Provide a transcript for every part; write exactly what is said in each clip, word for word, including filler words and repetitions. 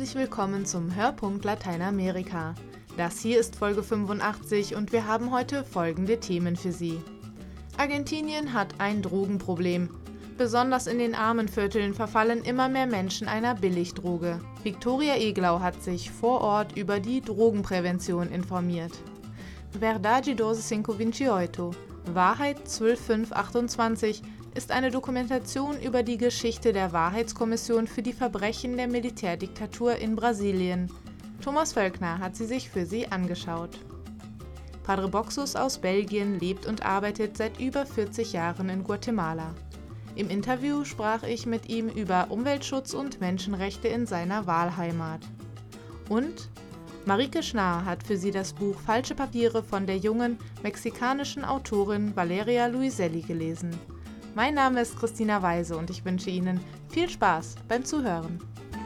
Herzlich willkommen zum Hörpunkt Lateinamerika. Das hier ist Folge fünfundachtzig und wir haben heute folgende Themen für Sie. Argentinien hat ein Drogenproblem. Besonders in den armen Vierteln verfallen immer mehr Menschen einer Billigdroge. Victoria Eglau hat sich vor Ort über die Drogenprävention informiert. Verdade zwölf fünf achtundvierzig, Wahrheit zwölf fünf achtundzwanzig ist eine Dokumentation über die Geschichte der Wahrheitskommission für die Verbrechen der Militärdiktatur in Brasilien. Thomas Völkner hat sie sich für Sie angeschaut. Padre Boxus aus Belgien lebt und arbeitet seit über vierzig Jahren in Guatemala. Im Interview sprach ich mit ihm über Umweltschutz und Menschenrechte in seiner Wahlheimat. Und Marike Schnarr hat für Sie das Buch Falsche Papiere von der jungen mexikanischen Autorin Valeria Luiselli gelesen. Mein Name ist Christina Weise und ich wünsche Ihnen viel Spaß beim Zuhören.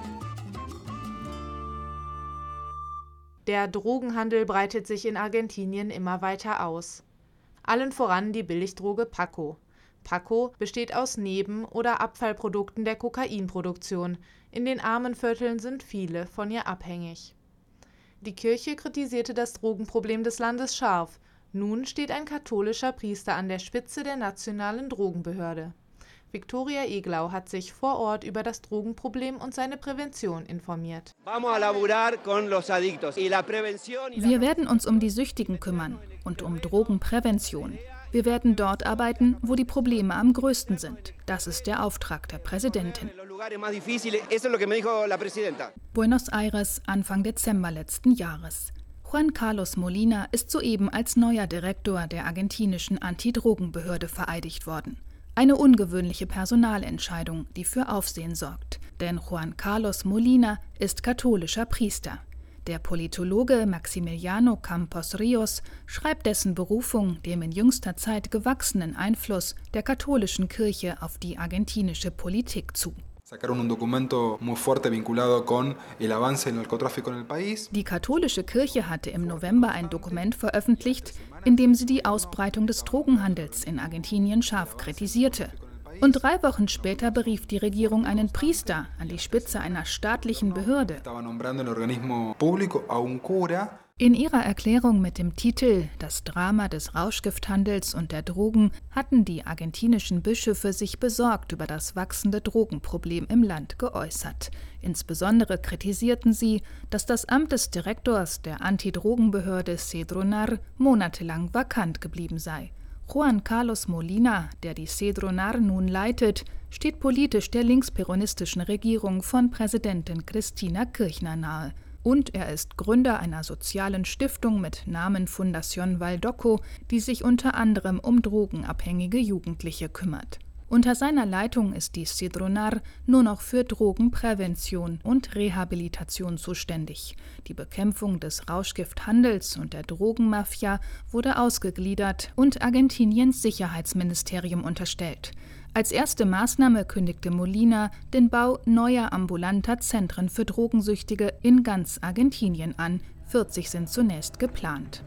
Der Drogenhandel breitet sich in Argentinien immer weiter aus. Allen voran die Billigdroge Paco. Paco besteht aus Neben- oder Abfallprodukten der Kokainproduktion. In den armen Vierteln sind viele von ihr abhängig. Die Kirche kritisierte das Drogenproblem des Landes scharf. Nun steht ein katholischer Priester an der Spitze der nationalen Drogenbehörde. Victoria Eglau hat sich vor Ort über das Drogenproblem und seine Prävention informiert. Wir werden uns um die Süchtigen kümmern und um Drogenprävention. Wir werden dort arbeiten, wo die Probleme am größten sind. Das ist der Auftrag der Präsidentin. Buenos Aires, Anfang Dezember letzten Jahres. Juan Carlos Molina ist soeben als neuer Direktor der argentinischen Antidrogenbehörde vereidigt worden. Eine ungewöhnliche Personalentscheidung, die für Aufsehen sorgt. Denn Juan Carlos Molina ist katholischer Priester. Der Politologe Maximiliano Campos Rios schreibt dessen Berufung dem in jüngster Zeit gewachsenen Einfluss der katholischen Kirche auf die argentinische Politik zu. Die katholische Kirche hatte im November ein Dokument veröffentlicht, in dem sie die Ausbreitung des Drogenhandels in Argentinien scharf kritisierte. Und drei Wochen später berief die Regierung einen Priester an die Spitze einer staatlichen Behörde. In ihrer Erklärung mit dem Titel »Das Drama des Rauschgifthandels und der Drogen« hatten die argentinischen Bischöfe sich besorgt über das wachsende Drogenproblem im Land geäußert. Insbesondere kritisierten sie, dass das Amt des Direktors der Antidrogenbehörde Cedronar monatelang vakant geblieben sei. Juan Carlos Molina, der die Cedronar nun leitet, steht politisch der linksperonistischen Regierung von Präsidentin Cristina Kirchner nahe. Und er ist Gründer einer sozialen Stiftung mit Namen Fundación Valdoco, die sich unter anderem um drogenabhängige Jugendliche kümmert. Unter seiner Leitung ist die Cedronar nur noch für Drogenprävention und Rehabilitation zuständig. Die Bekämpfung des Rauschgifthandels und der Drogenmafia wurde ausgegliedert und Argentiniens Sicherheitsministerium unterstellt. Als erste Maßnahme kündigte Molina den Bau neuer ambulanter Zentren für Drogensüchtige in ganz Argentinien an. vierzig sind zunächst geplant.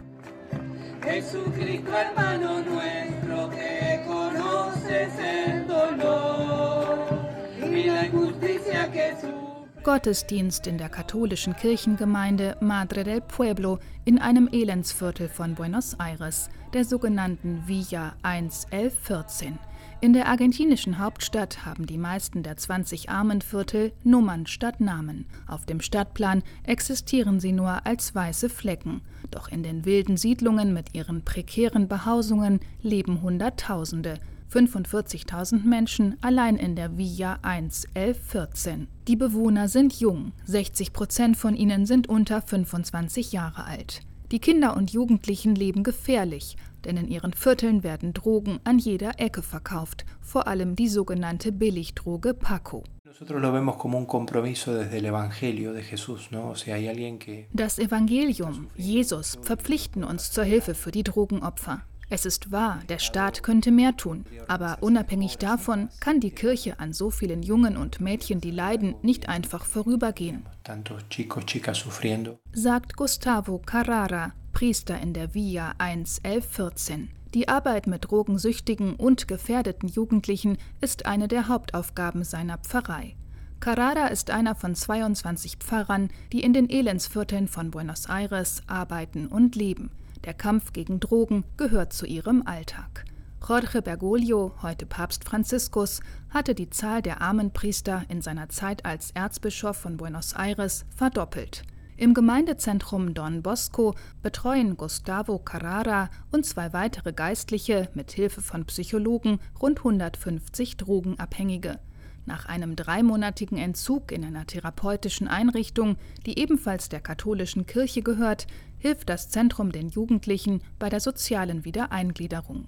Gottesdienst in der katholischen Kirchengemeinde Madre del Pueblo in einem Elendsviertel von Buenos Aires, der sogenannten Villa eins elf vierzehn. In der argentinischen Hauptstadt haben die meisten der zwanzig Armenviertel Nummern statt Namen. Auf dem Stadtplan existieren sie nur als weiße Flecken. Doch in den wilden Siedlungen mit ihren prekären Behausungen leben Hunderttausende. fünfundvierzigtausend Menschen allein in der Villa eins elf vierzehn. Die Bewohner sind jung, sechzig Prozent von ihnen sind unter fünfundzwanzig Jahre alt. Die Kinder und Jugendlichen leben gefährlich, denn in ihren Vierteln werden Drogen an jeder Ecke verkauft, vor allem die sogenannte Billigdroge Paco. Das Evangelium, Jesus, verpflichten uns zur Hilfe für die Drogenopfer. Es ist wahr, der Staat könnte mehr tun, aber unabhängig davon kann die Kirche an so vielen Jungen und Mädchen, die leiden, nicht einfach vorübergehen, sagt Gustavo Carrara, Priester in der Villa eins elf vierzehn. Die Arbeit mit drogensüchtigen und gefährdeten Jugendlichen ist eine der Hauptaufgaben seiner Pfarrei. Carrara ist einer von zweiundzwanzig Pfarrern, die in den Elendsvierteln von Buenos Aires arbeiten und leben. Der Kampf gegen Drogen gehört zu ihrem Alltag. Jorge Bergoglio, heute Papst Franziskus, hatte die Zahl der armen Priester in seiner Zeit als Erzbischof von Buenos Aires verdoppelt. Im Gemeindezentrum Don Bosco betreuen Gustavo Carrara und zwei weitere Geistliche mit Hilfe von Psychologen rund hundertfünfzig Drogenabhängige. Nach einem dreimonatigen Entzug in einer therapeutischen Einrichtung, die ebenfalls der katholischen Kirche gehört, hilft das Zentrum den Jugendlichen bei der sozialen Wiedereingliederung.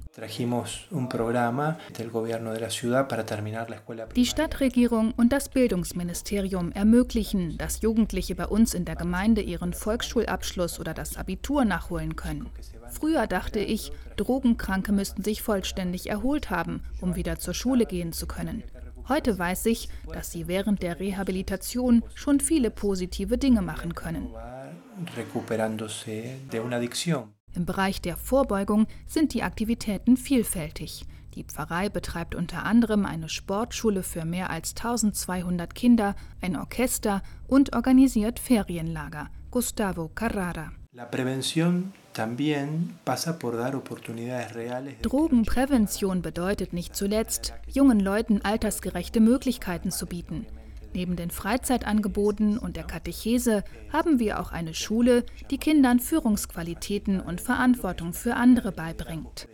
Die Stadtregierung und das Bildungsministerium ermöglichen, dass Jugendliche bei uns in der Gemeinde ihren Volksschulabschluss oder das Abitur nachholen können. Früher dachte ich, Drogenkranke müssten sich vollständig erholt haben, um wieder zur Schule gehen zu können. Heute weiß ich, dass sie während der Rehabilitation schon viele positive Dinge machen können. Im Bereich der Vorbeugung sind die Aktivitäten vielfältig. Die Pfarrei betreibt unter anderem eine Sportschule für mehr als eintausendzweihundert Kinder, ein Orchester und organisiert Ferienlager. Gustavo Carrara. Drogenprävention bedeutet nicht zuletzt, jungen Leuten altersgerechte Möglichkeiten zu bieten. Neben den Freizeitangeboten und der Katechese haben wir auch eine Schule, die Kindern Führungsqualitäten und Verantwortung für andere beibringt.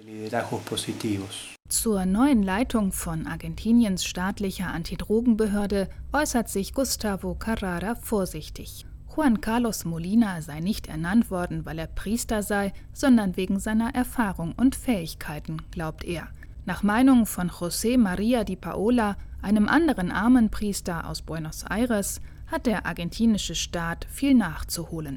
Zur neuen Leitung von Argentiniens staatlicher Antidrogenbehörde äußert sich Gustavo Carrara vorsichtig. Juan Carlos Molina sei nicht ernannt worden, weil er Priester sei, sondern wegen seiner Erfahrung und Fähigkeiten, glaubt er. Nach Meinung von José María Di Paola, einem anderen armen Priester aus Buenos Aires, hat der argentinische Staat viel nachzuholen.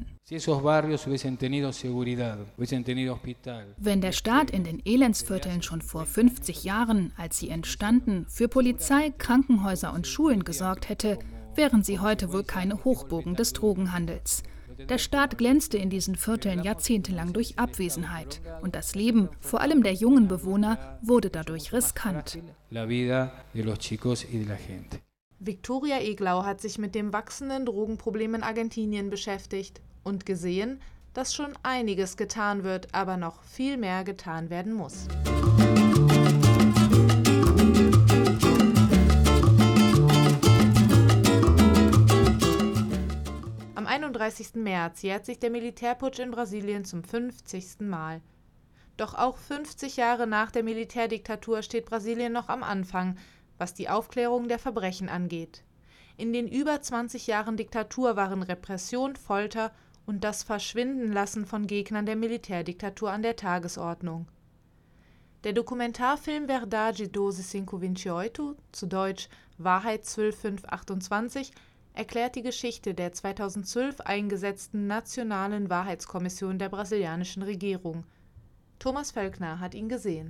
Wenn der Staat in den Elendsvierteln schon vor fünfzig Jahren, als sie entstanden, für Polizei, Krankenhäuser und Schulen gesorgt hätte, wären sie heute wohl keine Hochburgen des Drogenhandels. Der Staat glänzte in diesen Vierteln jahrzehntelang durch Abwesenheit und das Leben, vor allem der jungen Bewohner, wurde dadurch riskant. Victoria Eglau hat sich mit dem wachsenden Drogenproblem in Argentinien beschäftigt und gesehen, dass schon einiges getan wird, aber noch viel mehr getan werden muss. Am einunddreißigsten März jährt sich der Militärputsch in Brasilien zum fünfzigsten Mal. Doch auch fünfzig Jahre nach der Militärdiktatur steht Brasilien noch am Anfang, was die Aufklärung der Verbrechen angeht. In den über zwanzig Jahren Diktatur waren Repression, Folter und das Verschwindenlassen von Gegnern der Militärdiktatur an der Tagesordnung. Der Dokumentarfilm Verdade zwölf fünfhundertachtundzwanzig, zu Deutsch Wahrheit zwölf fünfhundertachtundzwanzig, erklärt die Geschichte der zweitausendzwölf eingesetzten Nationalen Wahrheitskommission der brasilianischen Regierung. Thomas Völkner hat ihn gesehen.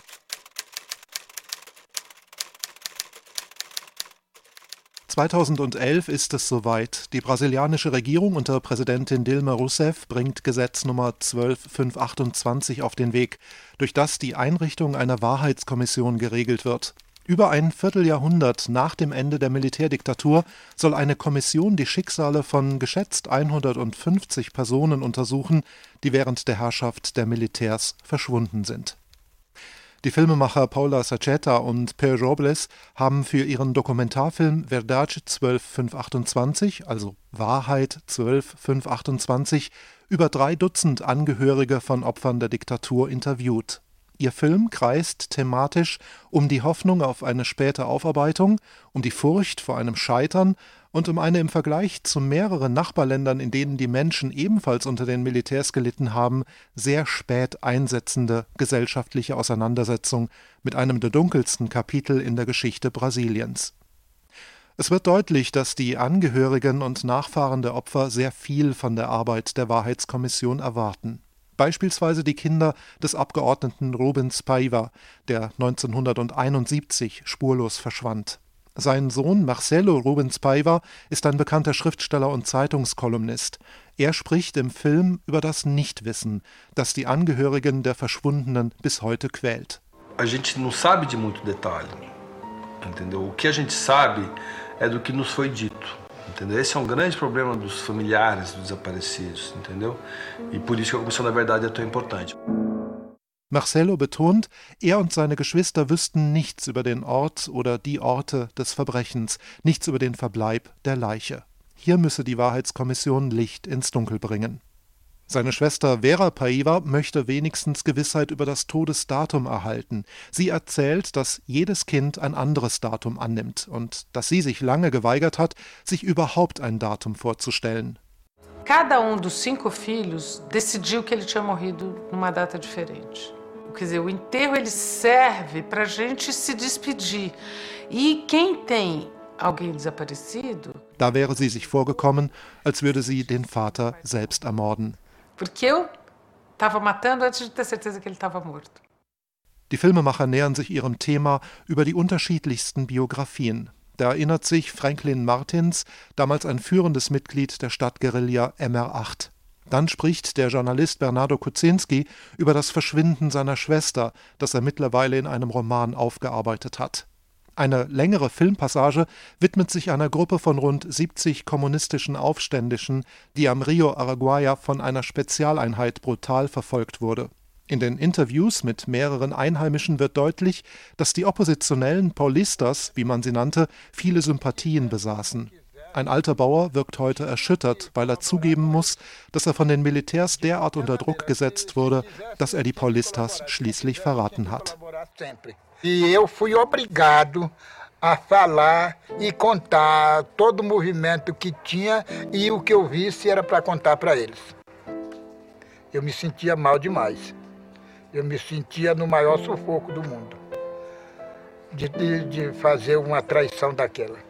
zweitausendelf ist es soweit. Die brasilianische Regierung unter Präsidentin Dilma Rousseff bringt Gesetz Nummer zwölf fünfhundertachtundzwanzig auf den Weg, durch das die Einrichtung einer Wahrheitskommission geregelt wird. Über ein Vierteljahrhundert nach dem Ende der Militärdiktatur soll eine Kommission die Schicksale von geschätzt hundertfünfzig Personen untersuchen, die während der Herrschaft der Militärs verschwunden sind. Die Filmemacher Paula Sacheta und Per Robles haben für ihren Dokumentarfilm Verdade zwölf fünfhundertachtundzwanzig, also Wahrheit zwölf fünfhundertachtundzwanzig, über drei Dutzend Angehörige von Opfern der Diktatur interviewt. Ihr Film kreist thematisch um die Hoffnung auf eine späte Aufarbeitung, um die Furcht vor einem Scheitern und um eine im Vergleich zu mehreren Nachbarländern, in denen die Menschen ebenfalls unter den Militärs gelitten haben, sehr spät einsetzende gesellschaftliche Auseinandersetzung mit einem der dunkelsten Kapitel in der Geschichte Brasiliens. Es wird deutlich, dass die Angehörigen und Nachfahren der Opfer sehr viel von der Arbeit der Wahrheitskommission erwarten. Beispielsweise die Kinder des Abgeordneten Rubens Paiva, der neunzehnhunderteinundsiebzig spurlos verschwand. Sein Sohn Marcelo Rubens Paiva ist ein bekannter Schriftsteller und Zeitungskolumnist. Er spricht im Film über das Nichtwissen, das die Angehörigen der Verschwundenen bis heute quält. A gente não sabe de muito detalhe, entendeu? O que a gente sabe é do que nos foi dito. Entendeu? Esse é um grande problema dos familiares dos desaparecidos, entendeu? E por isso que a Comissão da Verdade é tão importante. Marcelo betont, er und seine Geschwister wüssten nichts über den Ort oder die Orte des Verbrechens, nichts über den Verbleib der Leiche. Hier müsse die Wahrheitskommission Licht ins Dunkel bringen. Seine Schwester Vera Paiva möchte wenigstens Gewissheit über das Todesdatum erhalten. Sie erzählt, dass jedes Kind ein anderes Datum annimmt und dass sie sich lange geweigert hat, sich überhaupt ein Datum vorzustellen. Cada um dos cinco filhos decidiu que ele tinha morrido numa data diferente. Quer dizer, o enterro ele serve para a gente se despedir. E quem tem alguém desaparecido? Da wäre sie sich vorgekommen, als würde sie den Vater selbst ermorden. Porque eu estava matando antes de ter certeza que ele estava morto. Die Filmemacher nähern sich ihrem Thema über die unterschiedlichsten Biografien. Da erinnert sich Franklin Martins, damals ein führendes Mitglied der Stadtguerilla M R acht. Dann spricht der Journalist Bernardo Kuczynski über das Verschwinden seiner Schwester, das er mittlerweile in einem Roman aufgearbeitet hat. Eine längere Filmpassage widmet sich einer Gruppe von rund siebzig kommunistischen Aufständischen, die am Rio Araguaia von einer Spezialeinheit brutal verfolgt wurde. In den Interviews mit mehreren Einheimischen wird deutlich, dass die oppositionellen Paulistas, wie man sie nannte, viele Sympathien besaßen. Ein alter Bauer wirkt heute erschüttert, weil er zugeben muss, dass er von den Militärs derart unter Druck gesetzt wurde, dass er die Paulistas schließlich verraten hat. E eu fui obrigado a falar e contar todo o movimento que tinha e o que eu visse era para contar para eles. Eu me sentia mal demais. Eu me sentia no maior sufoco do mundo de, de, de fazer uma traição daquela.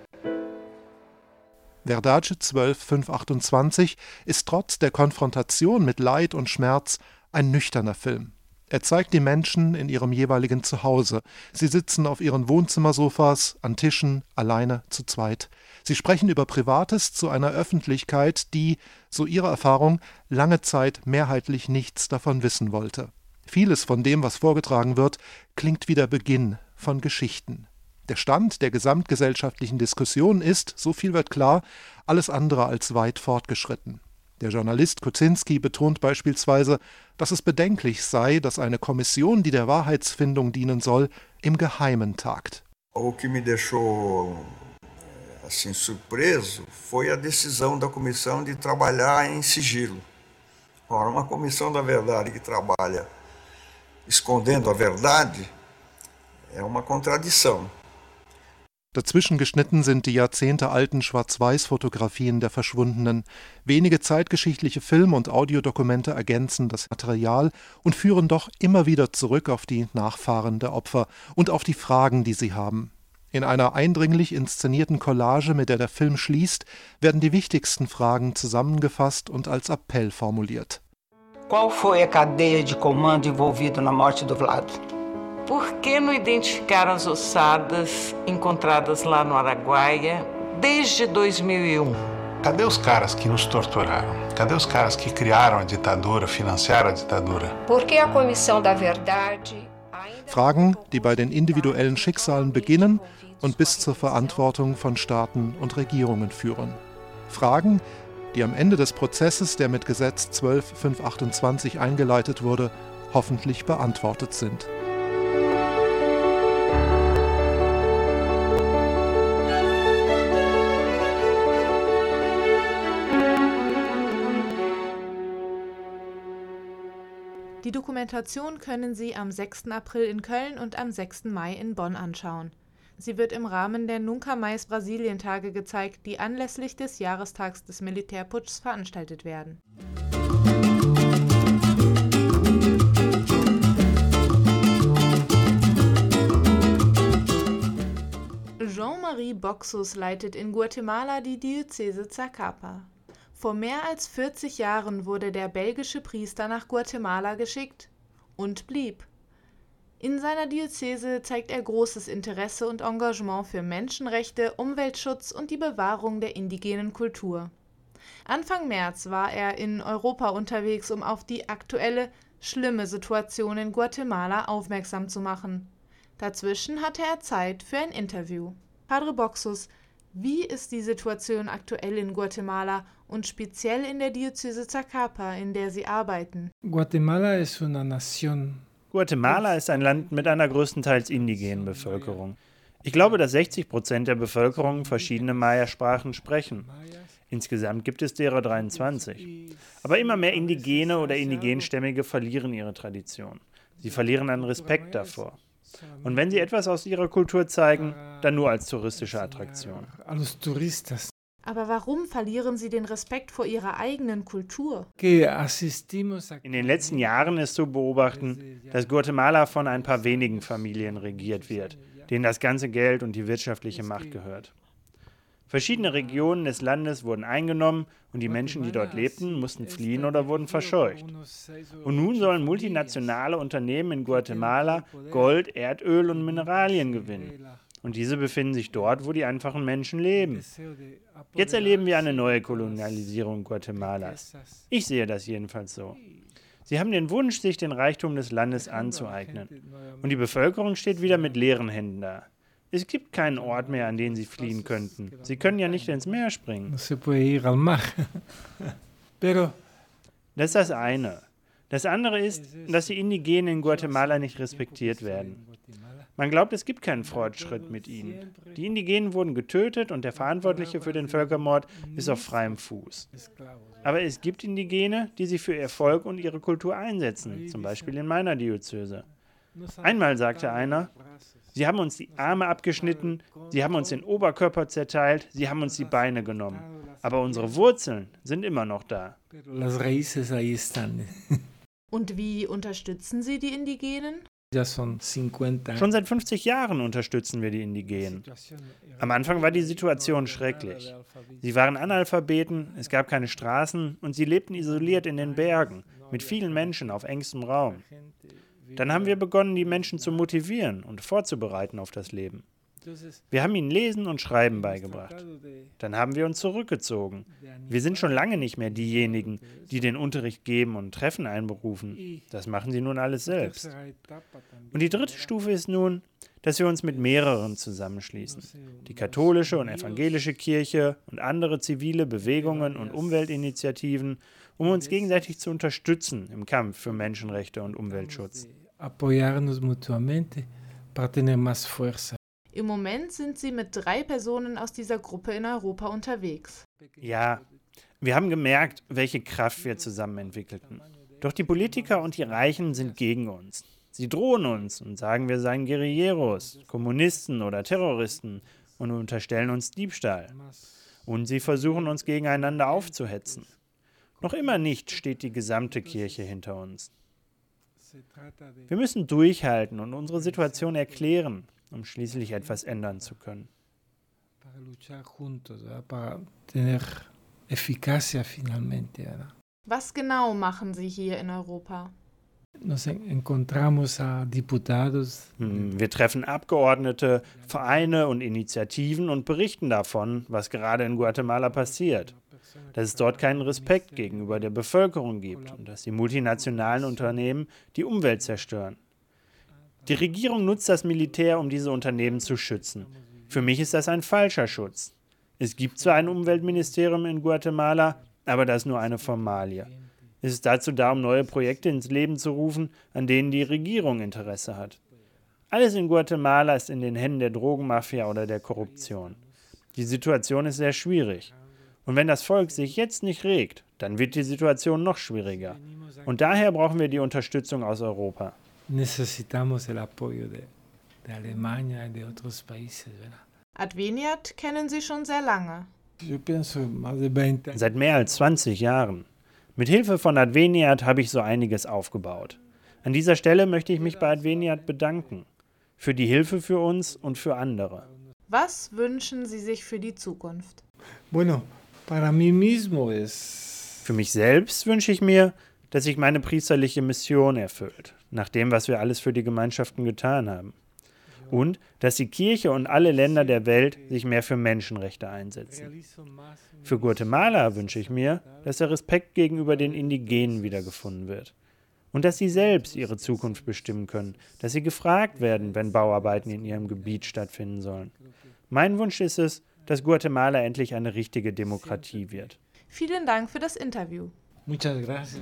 Verdade zwölf fünf achtundzwanzig ist trotz der Konfrontation mit Leid und Schmerz ein nüchterner Film. Er zeigt die Menschen in ihrem jeweiligen Zuhause. Sie sitzen auf ihren Wohnzimmersofas, an Tischen, alleine, zu zweit. Sie sprechen über Privates zu einer Öffentlichkeit, die, so ihre Erfahrung, lange Zeit mehrheitlich nichts davon wissen wollte. Vieles von dem, was vorgetragen wird, klingt wie der Beginn von Geschichten. Der Stand der gesamtgesellschaftlichen Diskussion ist, so viel wird klar, alles andere als weit fortgeschritten. Der Journalist Kuczynski betont beispielsweise, dass es bedenklich sei, dass eine Kommission, die der Wahrheitsfindung dienen soll, im Geheimen tagt. O que me deixou assim surpreso foi a decisão da comissão de trabalhar em sigilo. Ora, uma comissão da verdade que trabalha escondendo a verdade é uma contradição. Dazwischen geschnitten sind die jahrzehntealten Schwarz-Weiß-Fotografien der Verschwundenen. Wenige zeitgeschichtliche Film- und Audiodokumente ergänzen das Material und führen doch immer wieder zurück auf die Nachfahren der Opfer und auf die Fragen, die sie haben. In einer eindringlich inszenierten Collage, mit der der Film schließt, werden die wichtigsten Fragen zusammengefasst und als Appell formuliert. Qual foi a cadeia de comando envolvida na morte do Vlado? Por que não identificaram as ossadas encontradas lá no Araguaia desde dois mil e um? Cadê os caras que nos torturaram? Cadê os caras que criaram a ditadura, financiaram a ditadura? Por que a Comissão da Verdade... Fragen, die bei den individuellen Schicksalen beginnen und bis zur Verantwortung von Staaten und Regierungen führen. Fragen, die am Ende des Prozesses, der mit Gesetz zwölf fünf achtundzwanzig eingeleitet wurde, hoffentlich beantwortet sind. Die Dokumentation können Sie am sechsten April in Köln und am sechsten Mai in Bonn anschauen. Sie wird im Rahmen der Nunca Mais Brasilientage gezeigt, die anlässlich des Jahrestags des Militärputschs veranstaltet werden. Jean-Marie Boxus leitet in Guatemala die Diözese Zacapa. Vor mehr als vierzig Jahren wurde der belgische Priester nach Guatemala geschickt und blieb. In seiner Diözese zeigt er großes Interesse und Engagement für Menschenrechte, Umweltschutz und die Bewahrung der indigenen Kultur. Anfang März war er in Europa unterwegs, um auf die aktuelle, schlimme Situation in Guatemala aufmerksam zu machen. Dazwischen hatte er Zeit für ein Interview. Padre Boxus, Wie ist die Situation aktuell in Guatemala und speziell in der Diözese Zacapa, in der Sie arbeiten? Guatemala ist una nación. Guatemala ist ein Land mit einer größtenteils indigenen Bevölkerung. Ich glaube, dass sechzig Prozent der Bevölkerung verschiedene Maya-Sprachen sprechen. Insgesamt gibt es derer dreiundzwanzig. Aber immer mehr Indigene oder Indigenstämmige verlieren ihre Tradition. Sie verlieren an Respekt davor. Und wenn sie etwas aus ihrer Kultur zeigen, dann nur als touristische Attraktion. Aber warum verlieren sie den Respekt vor ihrer eigenen Kultur? In den letzten Jahren ist zu beobachten, dass Guatemala von ein paar wenigen Familien regiert wird, denen das ganze Geld und die wirtschaftliche Macht gehört. Verschiedene Regionen des Landes wurden eingenommen und die Menschen, die dort lebten, mussten fliehen oder wurden verscheucht. Und nun sollen multinationale Unternehmen in Guatemala Gold, Erdöl und Mineralien gewinnen. Und diese befinden sich dort, wo die einfachen Menschen leben. Jetzt erleben wir eine neue Kolonialisierung Guatemalas. Ich sehe das jedenfalls so. Sie haben den Wunsch, sich den Reichtum des Landes anzueignen. Und die Bevölkerung steht wieder mit leeren Händen da. Es gibt keinen Ort mehr, an den sie fliehen könnten. Sie können ja nicht ins Meer springen. Das ist das eine. Das andere ist, dass die Indigenen in Guatemala nicht respektiert werden. Man glaubt, es gibt keinen Fortschritt mit ihnen. Die Indigenen wurden getötet und der Verantwortliche für den Völkermord ist auf freiem Fuß. Aber es gibt Indigene, die sich für ihr Volk und ihre Kultur einsetzen, zum Beispiel in meiner Diözese. Einmal sagte einer, sie haben uns die Arme abgeschnitten, sie haben uns den Oberkörper zerteilt, sie haben uns die Beine genommen. Aber unsere Wurzeln sind immer noch da. Und wie unterstützen Sie die Indigenen? Schon seit fünfzig Jahren unterstützen wir die Indigenen. Am Anfang war die Situation schrecklich. Sie waren Analphabeten, es gab keine Straßen und sie lebten isoliert in den Bergen, mit vielen Menschen auf engstem Raum. Dann haben wir begonnen, die Menschen zu motivieren und vorzubereiten auf das Leben. Wir haben ihnen Lesen und Schreiben beigebracht. Dann haben wir uns zurückgezogen. Wir sind schon lange nicht mehr diejenigen, die den Unterricht geben und Treffen einberufen. Das machen sie nun alles selbst. Und die dritte Stufe ist nun, dass wir uns mit mehreren zusammenschließen. Die katholische und evangelische Kirche und andere zivile Bewegungen und Umweltinitiativen, um uns gegenseitig zu unterstützen im Kampf für Menschenrechte und Umweltschutz. Im Moment sind Sie mit drei Personen aus dieser Gruppe in Europa unterwegs. Ja, wir haben gemerkt, welche Kraft wir zusammen entwickelten. Doch die Politiker und die Reichen sind gegen uns. Sie drohen uns und sagen, wir seien Guerilleros, Kommunisten oder Terroristen und unterstellen uns Diebstahl. Und sie versuchen uns gegeneinander aufzuhetzen. Noch immer nicht steht die gesamte Kirche hinter uns. Wir müssen durchhalten und unsere Situation erklären, um schließlich etwas ändern zu können. Was genau machen Sie hier in Europa? Wir treffen Abgeordnete, Vereine und Initiativen und berichten davon, was gerade in Guatemala passiert. Dass es dort keinen Respekt gegenüber der Bevölkerung gibt und dass die multinationalen Unternehmen die Umwelt zerstören. Die Regierung nutzt das Militär, um diese Unternehmen zu schützen. Für mich ist das ein falscher Schutz. Es gibt zwar ein Umweltministerium in Guatemala, aber das ist nur eine Formalie. Es ist dazu da, um neue Projekte ins Leben zu rufen, an denen die Regierung Interesse hat. Alles in Guatemala ist in den Händen der Drogenmafia oder der Korruption. Die Situation ist sehr schwierig. Und wenn das Volk sich jetzt nicht regt, dann wird die Situation noch schwieriger. Und daher brauchen wir die Unterstützung aus Europa. Adveniat kennen Sie schon sehr lange. Seit mehr als zwanzig Jahren. Mit Hilfe von Adveniat habe ich so einiges aufgebaut. An dieser Stelle möchte ich mich bei Adveniat bedanken. Für die Hilfe für uns und für andere. Was wünschen Sie sich für die Zukunft? Bueno, para mí mismo es... Für mich selbst wünsche ich mir, dass sich meine priesterliche Mission erfüllt, nach dem, was wir alles für die Gemeinschaften getan haben. Und dass die Kirche und alle Länder der Welt sich mehr für Menschenrechte einsetzen. Für Guatemala wünsche ich mir, dass der Respekt gegenüber den Indigenen wiedergefunden wird. Und dass sie selbst ihre Zukunft bestimmen können, dass sie gefragt werden, wenn Bauarbeiten in ihrem Gebiet stattfinden sollen. Mein Wunsch ist es, dass Guatemala endlich eine richtige Demokratie wird. Vielen Dank für das Interview. Muchas gracias.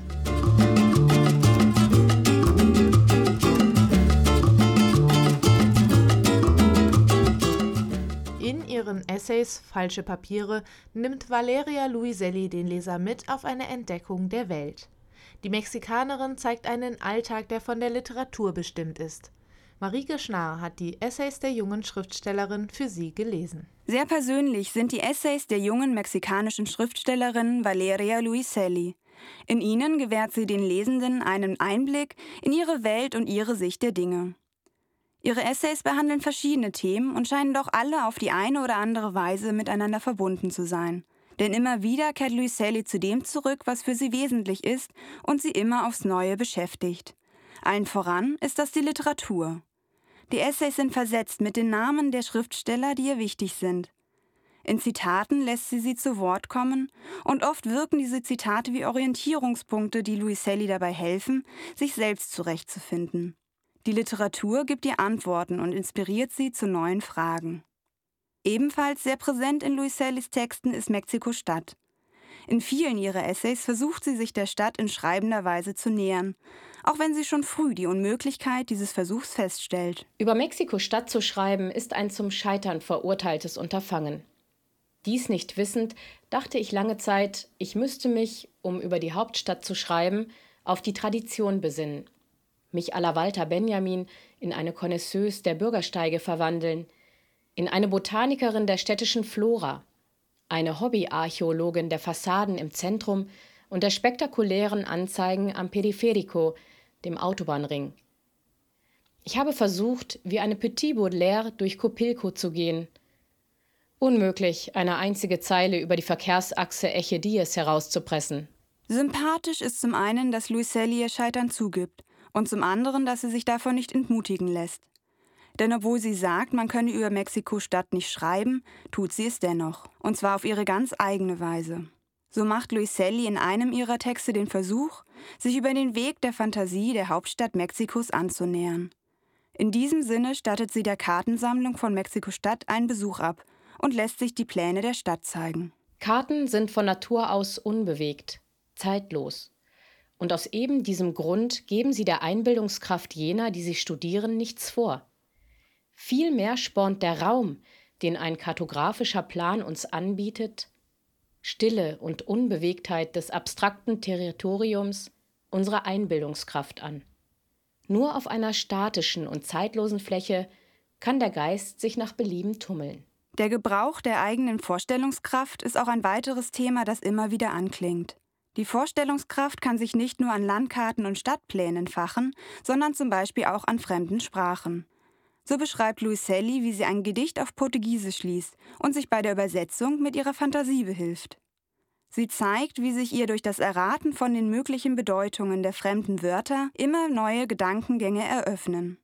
In ihren Essays Falsche Papiere nimmt Valeria Luiselli den Leser mit auf eine Entdeckung der Welt. Die Mexikanerin zeigt einen Alltag, der von der Literatur bestimmt ist. Marieke Schnarr hat die Essays der jungen Schriftstellerin für sie gelesen. Sehr persönlich sind die Essays der jungen mexikanischen Schriftstellerin Valeria Luiselli. In ihnen gewährt sie den Lesenden einen Einblick in ihre Welt und ihre Sicht der Dinge. Ihre Essays behandeln verschiedene Themen und scheinen doch alle auf die eine oder andere Weise miteinander verbunden zu sein. Denn immer wieder kehrt Luiselli zu dem zurück, was für sie wesentlich ist und sie immer aufs Neue beschäftigt. Allen voran ist das die Literatur. Die Essays sind versetzt mit den Namen der Schriftsteller, die ihr wichtig sind. In Zitaten lässt sie sie zu Wort kommen und oft wirken diese Zitate wie Orientierungspunkte, die Luiselli dabei helfen, sich selbst zurechtzufinden. Die Literatur gibt ihr Antworten und inspiriert sie zu neuen Fragen. Ebenfalls sehr präsent in Luisellis Texten ist Mexiko-Stadt. In vielen ihrer Essays versucht sie sich der Stadt in schreibender Weise zu nähern, auch wenn sie schon früh die Unmöglichkeit dieses Versuchs feststellt. Über Mexiko-Stadt zu schreiben, ist ein zum Scheitern verurteiltes Unterfangen. Dies nicht wissend, dachte ich lange Zeit, ich müsste mich, um über die Hauptstadt zu schreiben, auf die Tradition besinnen, mich à la Walter Benjamin in eine Connoisseuse der Bürgersteige verwandeln, in eine Botanikerin der städtischen Flora, eine Hobbyarchäologin der Fassaden im Zentrum und der spektakulären Anzeigen am Periferico, dem Autobahnring. Ich habe versucht, wie eine Petit Baudelaire durch Copilco zu gehen. Unmöglich, eine einzige Zeile über die Verkehrsachse Eche-Diez herauszupressen. Sympathisch ist zum einen, dass Luiselli ihr Scheitern zugibt und zum anderen, dass sie sich davon nicht entmutigen lässt. Denn obwohl sie sagt, man könne über Mexiko-Stadt nicht schreiben, tut sie es dennoch. Und zwar auf ihre ganz eigene Weise. So macht Luiselli in einem ihrer Texte den Versuch, sich über den Weg der Fantasie der Hauptstadt Mexikos anzunähern. In diesem Sinne stattet sie der Kartensammlung von Mexiko-Stadt einen Besuch ab und lässt sich die Pläne der Stadt zeigen. Karten sind von Natur aus unbewegt, zeitlos. Und aus eben diesem Grund geben sie der Einbildungskraft jener, die sie studieren, nichts vor. Vielmehr spornt der Raum, den ein kartografischer Plan uns anbietet, Stille und Unbewegtheit des abstrakten Territoriums, unsere Einbildungskraft an. Nur auf einer statischen und zeitlosen Fläche kann der Geist sich nach Belieben tummeln. Der Gebrauch der eigenen Vorstellungskraft ist auch ein weiteres Thema, das immer wieder anklingt. Die Vorstellungskraft kann sich nicht nur an Landkarten und Stadtplänen fachen, sondern zum Beispiel auch an fremden Sprachen. So beschreibt Luiselli, wie sie ein Gedicht auf Portugiesisch liest und sich bei der Übersetzung mit ihrer Fantasie behilft. Sie zeigt, wie sich ihr durch das Erraten von den möglichen Bedeutungen der fremden Wörter immer neue Gedankengänge eröffnen.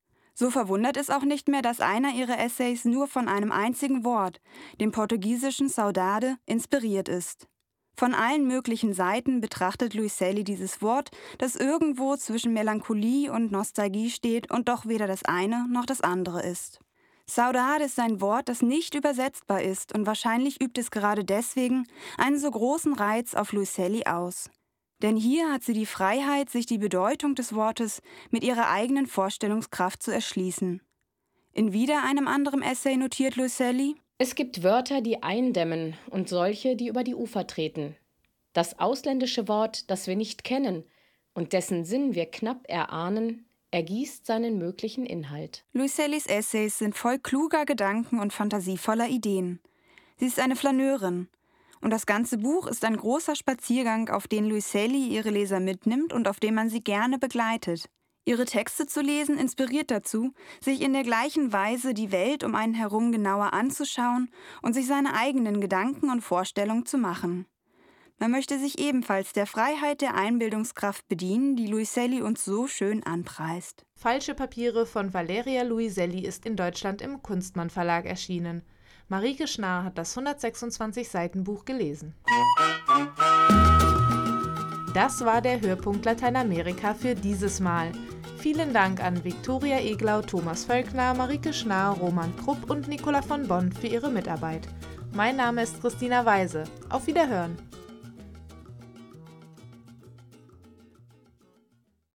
So verwundert es auch nicht mehr, dass einer ihrer Essays nur von einem einzigen Wort, dem portugiesischen Saudade, inspiriert ist. Von allen möglichen Seiten betrachtet Luiselli dieses Wort, das irgendwo zwischen Melancholie und Nostalgie steht und doch weder das eine noch das andere ist. Saudade ist ein Wort, das nicht übersetzbar ist und wahrscheinlich übt es gerade deswegen einen so großen Reiz auf Luiselli aus. Denn hier hat sie die Freiheit, sich die Bedeutung des Wortes mit ihrer eigenen Vorstellungskraft zu erschließen. In wieder einem anderen Essay notiert Luiselli: Es gibt Wörter, die eindämmen und solche, die über die Ufer treten. Das ausländische Wort, das wir nicht kennen und dessen Sinn wir knapp erahnen, ergießt seinen möglichen Inhalt. Luisellis Essays sind voll kluger Gedanken und fantasievoller Ideen. Sie ist eine Flaneurin. Und das ganze Buch ist ein großer Spaziergang, auf den Luiselli ihre Leser mitnimmt und auf dem man sie gerne begleitet. Ihre Texte zu lesen inspiriert dazu, sich in der gleichen Weise die Welt um einen herum genauer anzuschauen und sich seine eigenen Gedanken und Vorstellungen zu machen. Man möchte sich ebenfalls der Freiheit der Einbildungskraft bedienen, die Luiselli uns so schön anpreist. Falsche Papiere von Valeria Luiselli ist in Deutschland im Kunstmann Verlag erschienen. Marieke Schnarr hat das hundertsechsundzwanzig Seiten Buch gelesen. Das war der Hörpunkt Lateinamerika für dieses Mal. Vielen Dank an Viktoria Eglau, Thomas Völkner, Marike Schnarr, Roman Krupp und Nicola von Bonn für ihre Mitarbeit. Mein Name ist Christina Weise. Auf Wiederhören!